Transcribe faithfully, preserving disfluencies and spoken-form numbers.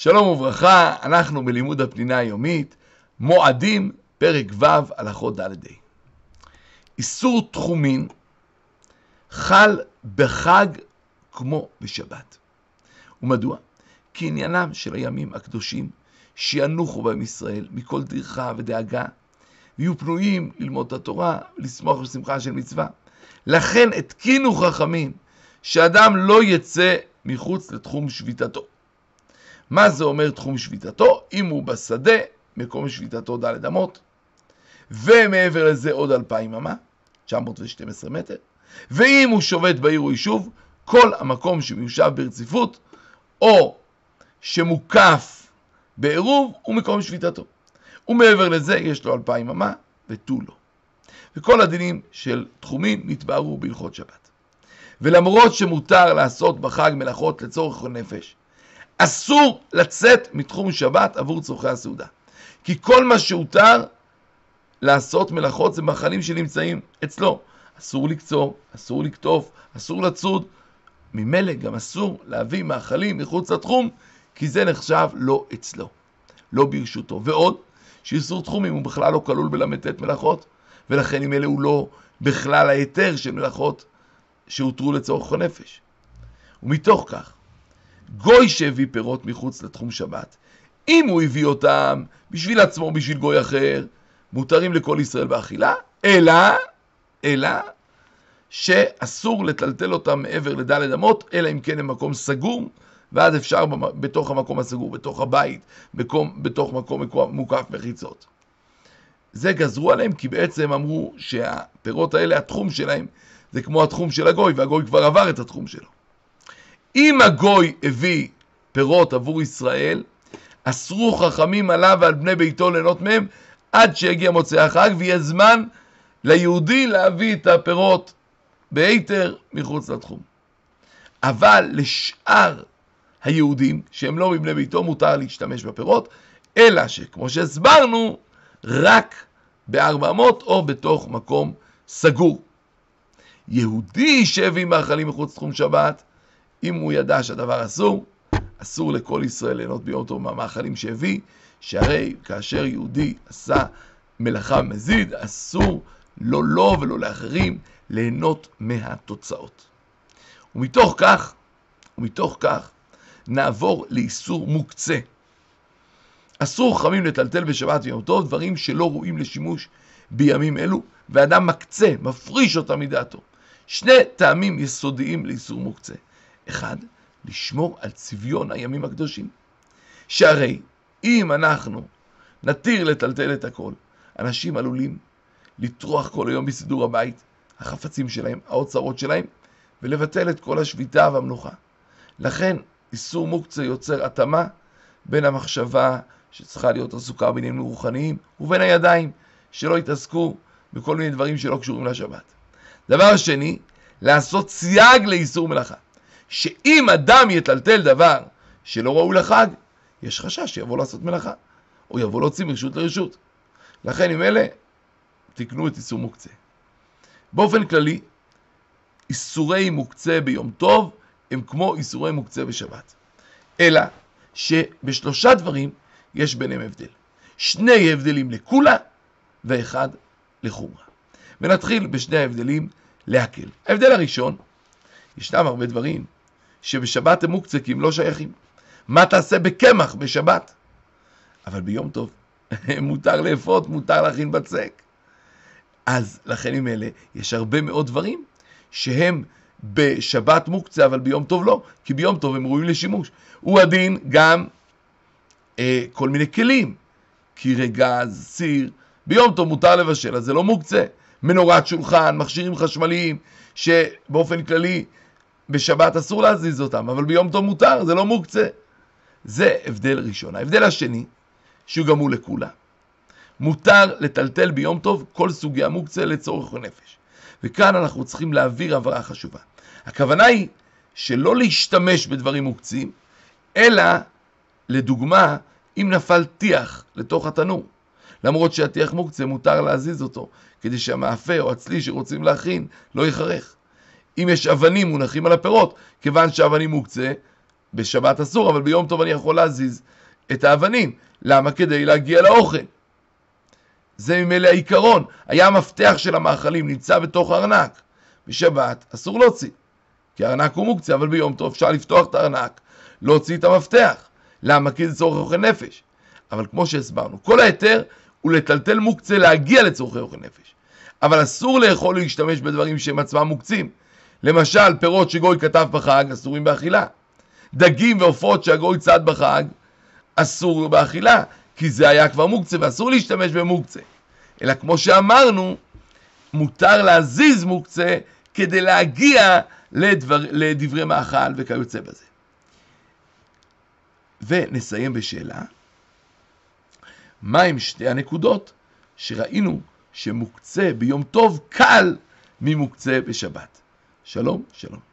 שלום וברכה, אנחנו בלימוד הפנינה היומית, מועדים, פרק ו', הלכות ד' ה'. איסור תחומין חל בחג כמו בשבת. ומדוע? כי עניינם של הימים הקדושים שינוחו בהם ישראל מכל דריכה ודאגה, ויהיו פנויים ללמוד את התורה ולשמוח בשמחה של מצווה. לכן התקינו חכמים שאדם לא יצא מחוץ לתחום שביתתו. מה זה אומר תחום שביתתו? אם הוא בשדה, מקום שביתתו ד' אמות, ומעבר לזה עוד אלפיים אמה, תשע מאות ושתים עשרה מטר, ואם הוא שובת בעיר או יישוב, כל המקום שמיושב ברציפות, או שמוקף בעירוב, הוא מקום שביתתו. ומעבר לזה יש לו אלפיים אמה ותו לא. וכל הדינים של תחומים נתבהרו בהלכות שבת. ולמרות שמותר לעשות בחג מלאכות לצורך נפש, אסור לצאת מתחום שבת עבור צורכי הסעודה. כי כל מה שהותר לעשות מלאכות זה מאכלים שנמצאים אצלו. אסור לקצור, אסור לקטוף, אסור לצוד. ממילא גם אסור להביא מאכלים מחוץ לתחום, כי זה נחשב לא אצלו, לא ברשותו. ועוד, שאיסור תחומים הוא בכלל לא כלול בל"ט מלאכות, ולכן ממילא הוא לא בכלל ההיתר של מלאכות שהותרו לצורך הנפש. ומתוך כך, גוי שהביא פירות מחוץ לתחום שבת, אם הוא הביא אותם בשביל עצמו או בשביל גוי אחר, מותרים לכל ישראל באכילה, אלא, אלא, שאסור לטלטל אותם מעבר לד' אמות, אלא אם כן במקום סגור, ואז אפשר בתוך המקום הסגור, בתוך הבית, מקום, בתוך מקום מוקף מחיצות. זה גזרו עליהם, כי בעצם אמרו שהפירות האלה, התחום שלהם, זה כמו התחום של הגוי, והגוי כבר עבר את התחום שלו. אם הגוי הביא פירות עבור ישראל, אסרו חכמים עליו ועל בני ביתו ליהנות מהם, עד שיגיע מוצאי החג, ויהיה זמן ליהודי להביא את הפירות בהיתר מחוץ לתחום. אבל לשאר היהודים, שהם לא מבני ביתו, מותר להשתמש בפירות, אלא שכמו שהסברנו, רק בארבע אמות או בתוך מקום סגור. יהודי שהביא מאכלים מחוץ לתחום שבת, אם הוא ידע שהדבר אסור, אסור לכל ישראל ליהנות ביום טוב מהמאכלים שהביא, שהרי כאשר יהודי עשה מלאכה מזיד, אסור לא לו ולא לאחרים ליהנות מהתוצאות. ומתוך כך, ומתוך כך, נעבור לאיסור מוקצה. אסור חכמים לטלטל בשבת ויום טוב דברים שלא ראויים לשימוש בימים אלו, ואדם מקצה, מפריש אותם מדעתו. שני טעמים יסודיים לאיסור מוקצה. אחד, לשמור על צביון הימים הקדושים. שהרי אם אנחנו נתיר לטלטל את הכל, אנשים עלולים לטרוח כל היום בסידור הבית, החפצים שלהם, האוצרות שלהם, ולבטל את כל השביתה והמנוחה. לכן איסור מוקצה יוצר התאמה בין המחשבה שצריכה להיות עסוקה בעניינים רוחניים, ובין הידיים שלא יתעסקו בכל מיני דברים שלא קשורים לשבת. דבר שני, לעשות סייג לאיסור מלאכה. שאם אדם יטלטל דבר שלא ראוי לחג, יש חשש שיבוא לעשות מלאכה, או יבוא להוציא מרשות לרשות. לכן עם אלה, תקנו את איסור מוקצה. באופן כללי, איסורי מוקצה ביום טוב, הם כמו איסורי מוקצה בשבת. אלא שבשלושה דברים יש ביניהם הבדל. שני הבדלים לכולה, ואחד לחומרה. ונתחיל בשני ההבדלים להקל. ההבדל הראשון, ישנם הרבה דברים שבשבת הם מוקצה כי הם לא שייכים. מה תעשה בקמח בשבת? אבל ביום טוב מותר לאפות, מותר להכין בצק. אז לכן עם אלה יש הרבה מאוד דברים שהם בשבת מוקצה אבל ביום טוב לא, כי ביום טוב הם ראויים לשימוש. הוא הדין גם אה, כל מיני כלים, קירי גז, סיר, ביום טוב מותר לבשל, אז זה לא מוקצה. מנורת שולחן, מכשירים חשמליים, שבאופן כללי בשבת אסור להזיז אותם, אבל ביום טוב מותר, זה לא מוקצה. זה הבדל ראשון. ההבדל השני, שהוא גם הוא לכולה. מותר לטלטל ביום טוב כל סוגי המוקצה לצורך הנפש. וכאן אנחנו צריכים להעביר הבהרה חשובה. הכוונה היא שלא להשתמש בדברים מוקצים, אלא לדוגמה, אם נפל טיח לתוך התנור, למרות שהטיח מוקצה מותר להזיז אותו, כדי שהמאפה או הצלי שרוצים להכין לא יחרך. אם יש אבנים מונחים על הפירות, כיוון שאבנים מוקצה, בשבת אסור, אבל ביום טוב אני יכול להזיז את האבנים. למה? כדי להגיע לאוכל. זה ממילא העיקרון. היה המפתח של המאכלים, נמצא בתוך הארנק. בשבת אסור להוציא, כי הארנק הוא מוקצה, אבל ביום טוב אפשר לפתוח את הארנק, להוציא את המפתח. למה? כי זה צורך אוכל נפש. אבל כמו שהסברנו, כל היתר הוא לטלטל מוקצה להגיע לצורכי אוכל נפש. אבל אסור לאכול להשתמש בדברים שהם עצמם מוקצים. למשל, פירות שגוי כתב בחג, אסורים באכילה. דגים ועופות שהגוי צד בחג, אסור באכילה, כי זה היה כבר מוקצה, ואסור להשתמש במוקצה. אלא כמו שאמרנו, מותר להזיז מוקצה, כדי להגיע לדבר, לדברי מאכל וכיוצא בזה. ונסיים בשאלה, מה עם שתי הנקודות שראינו שמוקצה ביום טוב קל ממוקצה בשבת? שלום, שלום.